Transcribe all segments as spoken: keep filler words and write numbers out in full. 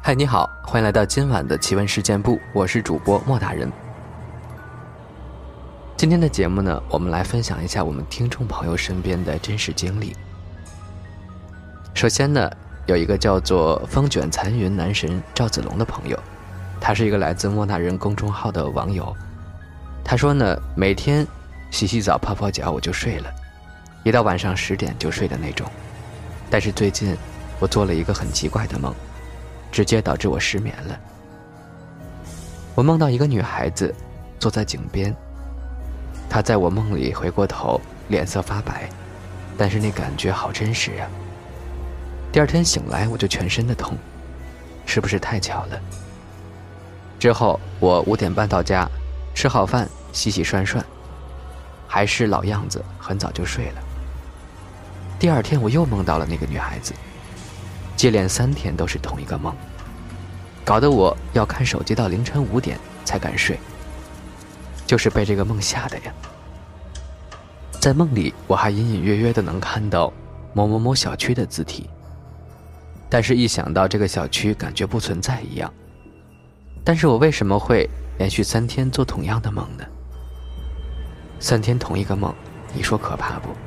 嗨，你好，欢迎来到今晚的奇闻事件部，我是主播莫大人。今天的节目呢，我们来分享一下我们听众朋友身边的真实经历。首先呢，有一个叫做风卷残云男神赵子龙的朋友，他是一个来自莫大人公众号的网友。他说呢，每天洗洗澡泡泡脚我就睡了，一到晚上十点就睡的那种。但是最近我做了一个很奇怪的梦，直接导致我失眠了。我梦到一个女孩子坐在井边，她在我梦里回过头，脸色发白，但是那感觉好真实啊。第二天醒来我就全身的痛，是不是太巧了？之后我五点半到家，吃好饭，洗洗涮涮，还是老样子，很早就睡了。第二天我又梦到了那个女孩子，接连三天都是同一个梦，搞得我要看手机到凌晨五点才敢睡，就是被这个梦吓的呀。在梦里我还隐隐约约的能看到某某某小区的字体，但是一想到这个小区感觉不存在一样。但是我为什么会连续三天做同样的梦呢？三天同一个梦，你说可怕不？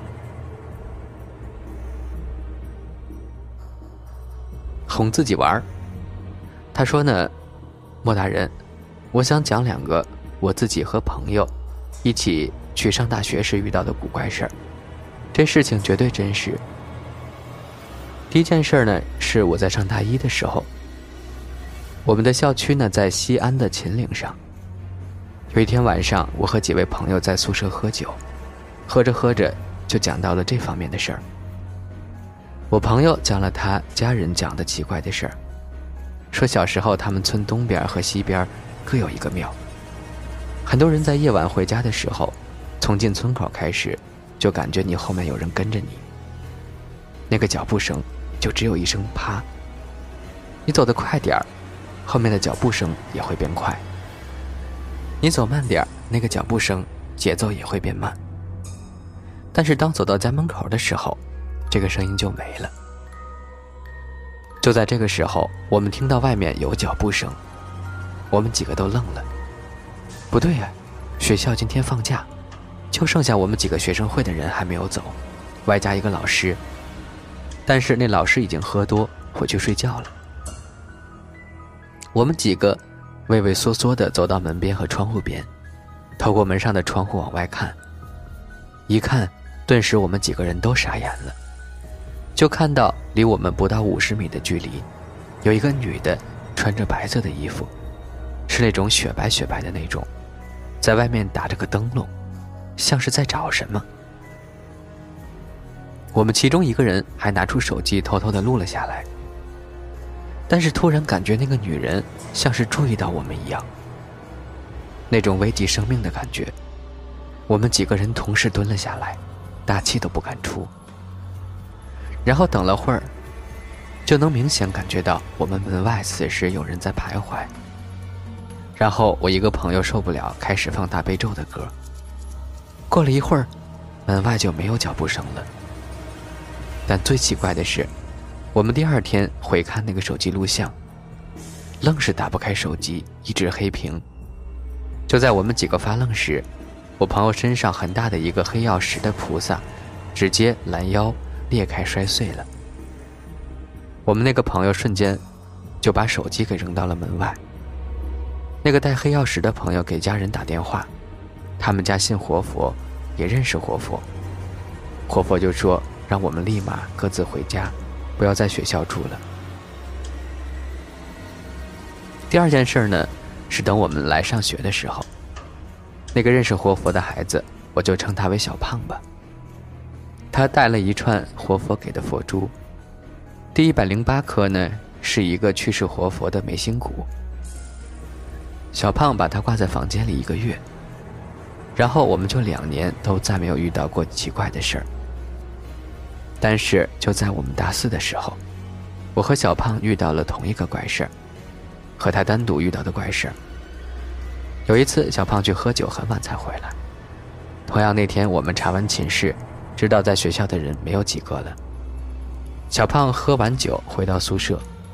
哄自己玩。他说呢，莫大人，我想讲两个我自己和朋友一起去上大学时遇到的古怪事儿，这事情绝对真实。第一件事呢，是我在上大一的时候，我们的校区呢在西安的秦岭上。有一天晚上，我和几位朋友在宿舍喝酒，喝着喝着就讲到了这方面的事儿。我朋友讲了他家人讲的奇怪的事儿，说小时候他们村东边和西边各有一个庙，很多人在夜晚回家的时候，从进村口开始就感觉你后面有人跟着你，那个脚步声就只有一声啪，你走得快点儿，后面的脚步声也会变快，你走慢点儿，那个脚步声节奏也会变慢。但是当走到家门口的时候，这个声音就没了。就在这个时候，我们听到外面有脚步声，我们几个都愣了。不对呀，学校今天放假，就剩下我们几个学生会的人还没有走，外加一个老师，但是那老师已经喝多回去睡觉了。我们几个畏畏缩缩地走到门边和窗户边，透过门上的窗户往外看，一看，顿时我们几个人都傻眼了。就看到离我们不到五十米的距离，有一个女的穿着白色的衣服，是那种雪白雪白的那种，在外面打着个灯笼，像是在找什么。我们其中一个人还拿出手机偷偷地录了下来，但是突然感觉那个女人像是注意到我们一样，那种危及生命的感觉，我们几个人同时蹲了下来，大气都不敢出。然后等了会儿，就能明显感觉到我们门外此时有人在徘徊。然后我一个朋友受不了，开始放大悲咒的歌。过了一会儿，门外就没有脚步声了。但最奇怪的是，我们第二天回看那个手机录像，愣是打不开手机，一直黑屏。就在我们几个发愣时，我朋友身上很大的一个黑曜石的菩萨直接拦腰裂开摔碎了。我们那个朋友瞬间就把手机给扔到了门外。那个带黑曜石的朋友给家人打电话，他们家信活佛，也认识活佛。活佛就说让我们立马各自回家，不要在学校住了。第二件事呢，是等我们来上学的时候，那个认识活佛的孩子，我就称他为小胖吧。他带了一串活佛给的佛珠，第一百零八颗呢是一个去世活佛的眉心骨。小胖把它挂在房间里一个月，然后我们就两年都再没有遇到过奇怪的事儿。但是就在我们大四的时候，我和小胖遇到了同一个怪事儿，和他单独遇到的怪事儿。有一次小胖去喝酒，很晚才回来。同样那天我们查完寝室，知道在学校的人没有几个了。小胖喝完酒回到宿舍，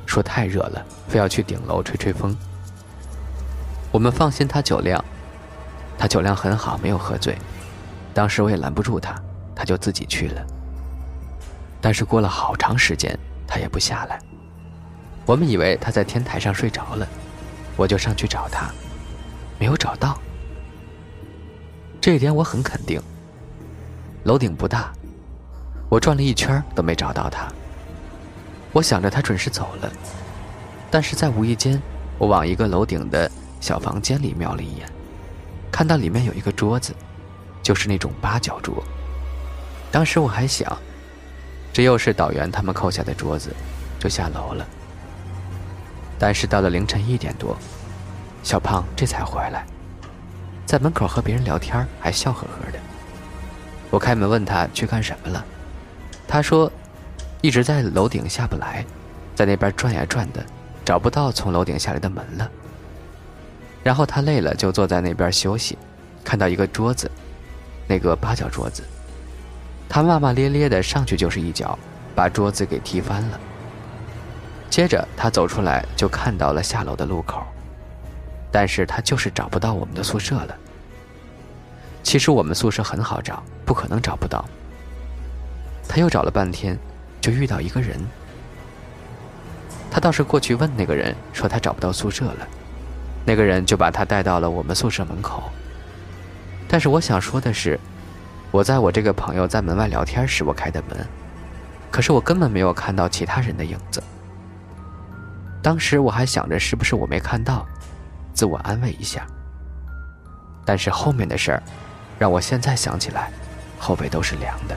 说太热了，非要去顶楼吹吹风。我们放心他酒量，他酒量很好，没有喝醉。当时我也拦不住他，他就自己去了。但是过了好长时间，他也不下来。我们以为他在天台上睡着了，我就上去找他，没有找到。这一点我很肯定。楼顶不大，我转了一圈都没找到他。我想着他准是走了，但是在无意间，我往一个楼顶的小房间里瞄了一眼，看到里面有一个桌子，就是那种八角桌。当时我还想，这又是导员他们扣下的桌子，就下楼了。但是到了凌晨一点多，小胖这才回来，在门口和别人聊天，还笑呵呵的。我开门问他去干什么了，他说一直在楼顶下不来，在那边转呀转的，找不到从楼顶下来的门了。然后他累了，就坐在那边休息，看到一个桌子，那个八角桌子，他骂骂咧咧的上去就是一脚，把桌子给踢翻了。接着他走出来，就看到了下楼的路口，但是他就是找不到我们的宿舍了。其实我们宿舍很好找，不可能找不到。他又找了半天，就遇到一个人。他倒是过去问那个人，说他找不到宿舍了。那个人就把他带到了我们宿舍门口。但是我想说的是，我在我这个朋友在门外聊天时我开的门，可是我根本没有看到其他人的影子。当时我还想着是不是我没看到，自我安慰一下。但是后面的事儿让我现在想起来后背都是凉的。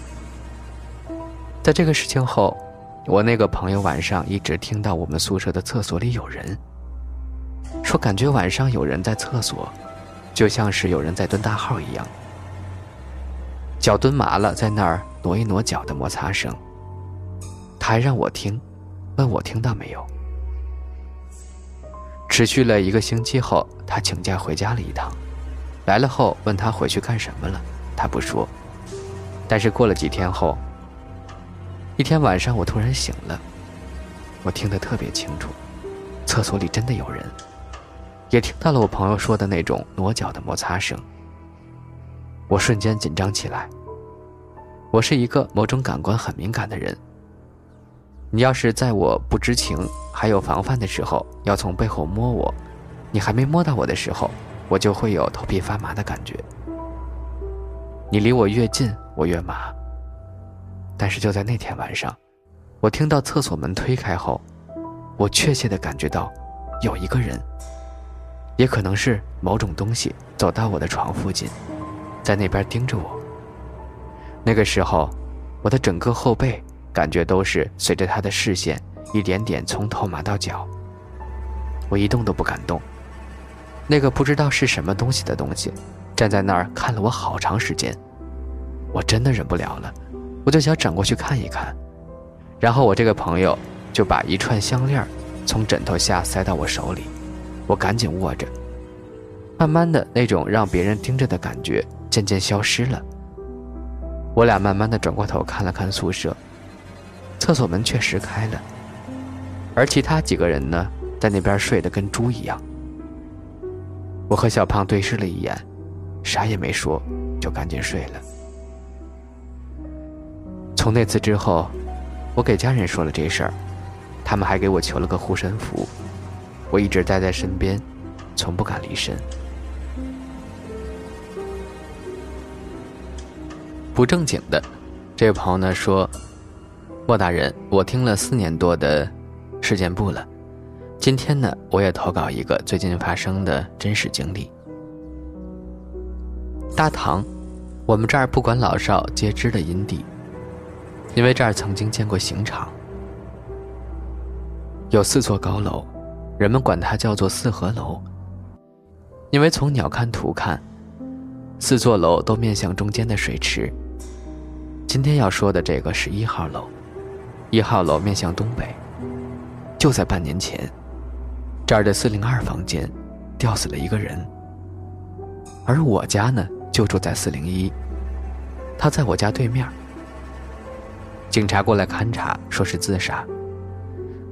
在这个事情后，我那个朋友晚上一直听到我们宿舍的厕所里有人，说感觉晚上有人在厕所，就像是有人在蹲大号一样，脚蹲麻了，在那儿挪一挪脚的摩擦声。他还让我听，问我听到没有。持续了一个星期后，他请假回家了一趟，来了后问他回去干什么了，他不说。但是过了几天后，一天晚上我突然醒了，我听得特别清楚，厕所里真的有人，也听到了我朋友说的那种挪脚的摩擦声。我瞬间紧张起来。我是一个某种感官很敏感的人，你要是在我不知情还有防范的时候要从背后摸我，你还没摸到我的时候，我就会有头皮发麻的感觉。你离我越近我越麻。但是就在那天晚上，我听到厕所门推开后，我确切地感觉到有一个人，也可能是某种东西走到我的床附近，在那边盯着我。那个时候我的整个后背感觉都是随着他的视线一点点从头麻到脚，我一动都不敢动。那个不知道是什么东西的东西站在那儿看了我好长时间，我真的忍不了了，我就想转过去看一看。然后我这个朋友就把一串项链从枕头下塞到我手里，我赶紧握着。慢慢的，那种让别人盯着的感觉渐渐消失了。我俩慢慢的转过头看了看宿舍，厕所门确实开了，而其他几个人呢，在那边睡得跟猪一样。我和小胖对视了一眼，啥也没说，就赶紧睡了。从那次之后，我给家人说了这事儿，他们还给我求了个护身符，我一直待在身边，从不敢离身。不正经的，这位朋友呢说，莫大人，我听了四年多的事件部了，今天呢我也投稿一个最近发生的真实经历。大唐，我们这儿不管老少皆知的阴地，因为这儿曾经建过刑场，有四座高楼，人们管它叫做四合楼。因为从鸟瞰图看，四座楼都面向中间的水池。今天要说的这个是一号楼，一号楼面向东北。就在半年前，这儿的四零二房间吊死了一个人，而我家呢就住在四零一，他在我家对面。警察过来勘察，说是自杀。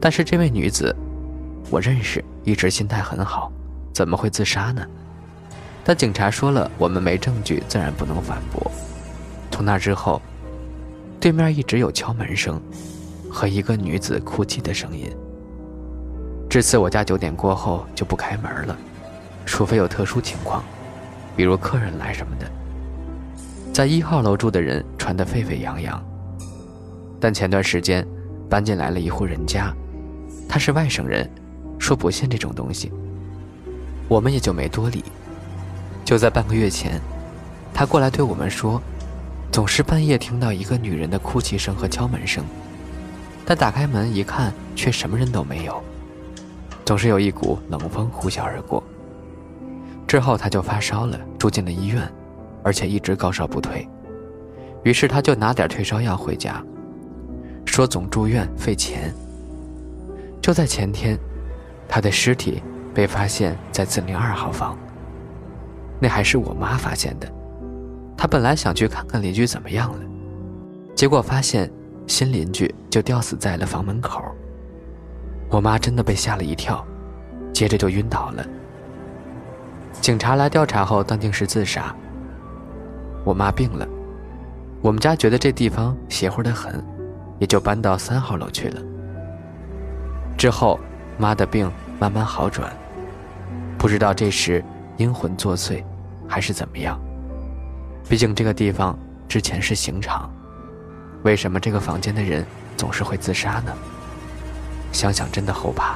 但是这位女子我认识，一直心态很好，怎么会自杀呢？但警察说了，我们没证据，自然不能反驳。从那之后，对面一直有敲门声和一个女子哭泣的声音。至此我家九点过后就不开门了，除非有特殊情况，比如客人来什么的。在一号楼住的人传得沸沸扬扬，但前段时间搬进来了一户人家，他是外省人，说不信这种东西，我们也就没多理。就在半个月前，他过来对我们说，总是半夜听到一个女人的哭泣声和敲门声，但打开门一看却什么人都没有，总是有一股冷风呼啸而过。之后他就发烧了，住进了医院，而且一直高烧不退。于是他就拿点退烧药回家，说总住院费钱。就在前天，他的尸体被发现在四零二号房，那还是我妈发现的。他本来想去看看邻居怎么样了，结果发现新邻居就吊死在了房门口。我妈真的被吓了一跳，接着就晕倒了。警察来调查后断定是自杀。我妈病了，我们家觉得这地方邪乎得很，也就搬到三号楼去了。之后妈的病慢慢好转，不知道这时阴魂作祟还是怎么样。毕竟这个地方之前是刑场，为什么这个房间的人总是会自杀呢？想想真的后怕。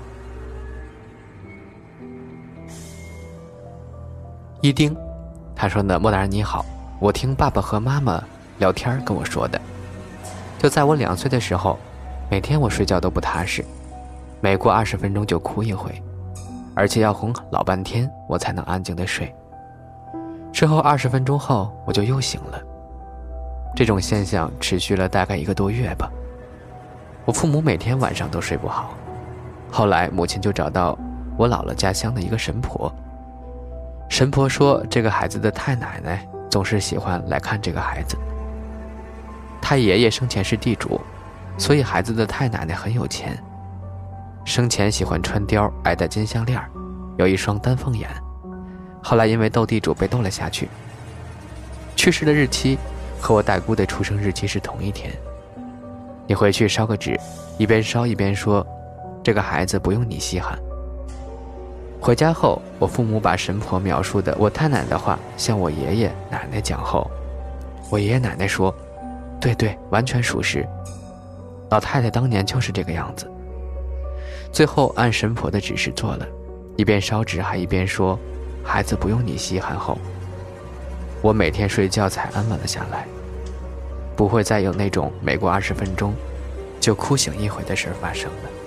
一丁他说呢，莫大人你好，我听爸爸和妈妈聊天跟我说的，就在我两岁的时候，每天我睡觉都不踏实，每过二十分钟就哭一回，而且要哄老半天我才能安静的睡。之后二十分钟后我就又醒了，这种现象持续了大概一个多月吧。我父母每天晚上都睡不好，后来母亲就找到我姥姥家乡的一个神婆。神婆说，这个孩子的太奶奶总是喜欢来看这个孩子。他爷爷生前是地主，所以孩子的太奶奶很有钱，生前喜欢穿貂，爱戴金项链，有一双丹凤眼。后来因为斗地主被斗了下去，去世的日期和我大姑的出生日期是同一天。你回去烧个纸，一边烧一边说，这个孩子不用你稀罕。回家后，我父母把神婆描述的我太奶奶的话向我爷爷奶奶讲后，我爷爷奶奶说，对对，完全属实，老太太当年就是这个样子。最后按神婆的指示做了，一边烧纸还一边说，孩子不用你稀罕后，我每天睡觉才安稳了下来，不会再有那种每过二十分钟就哭醒一回的事发生了。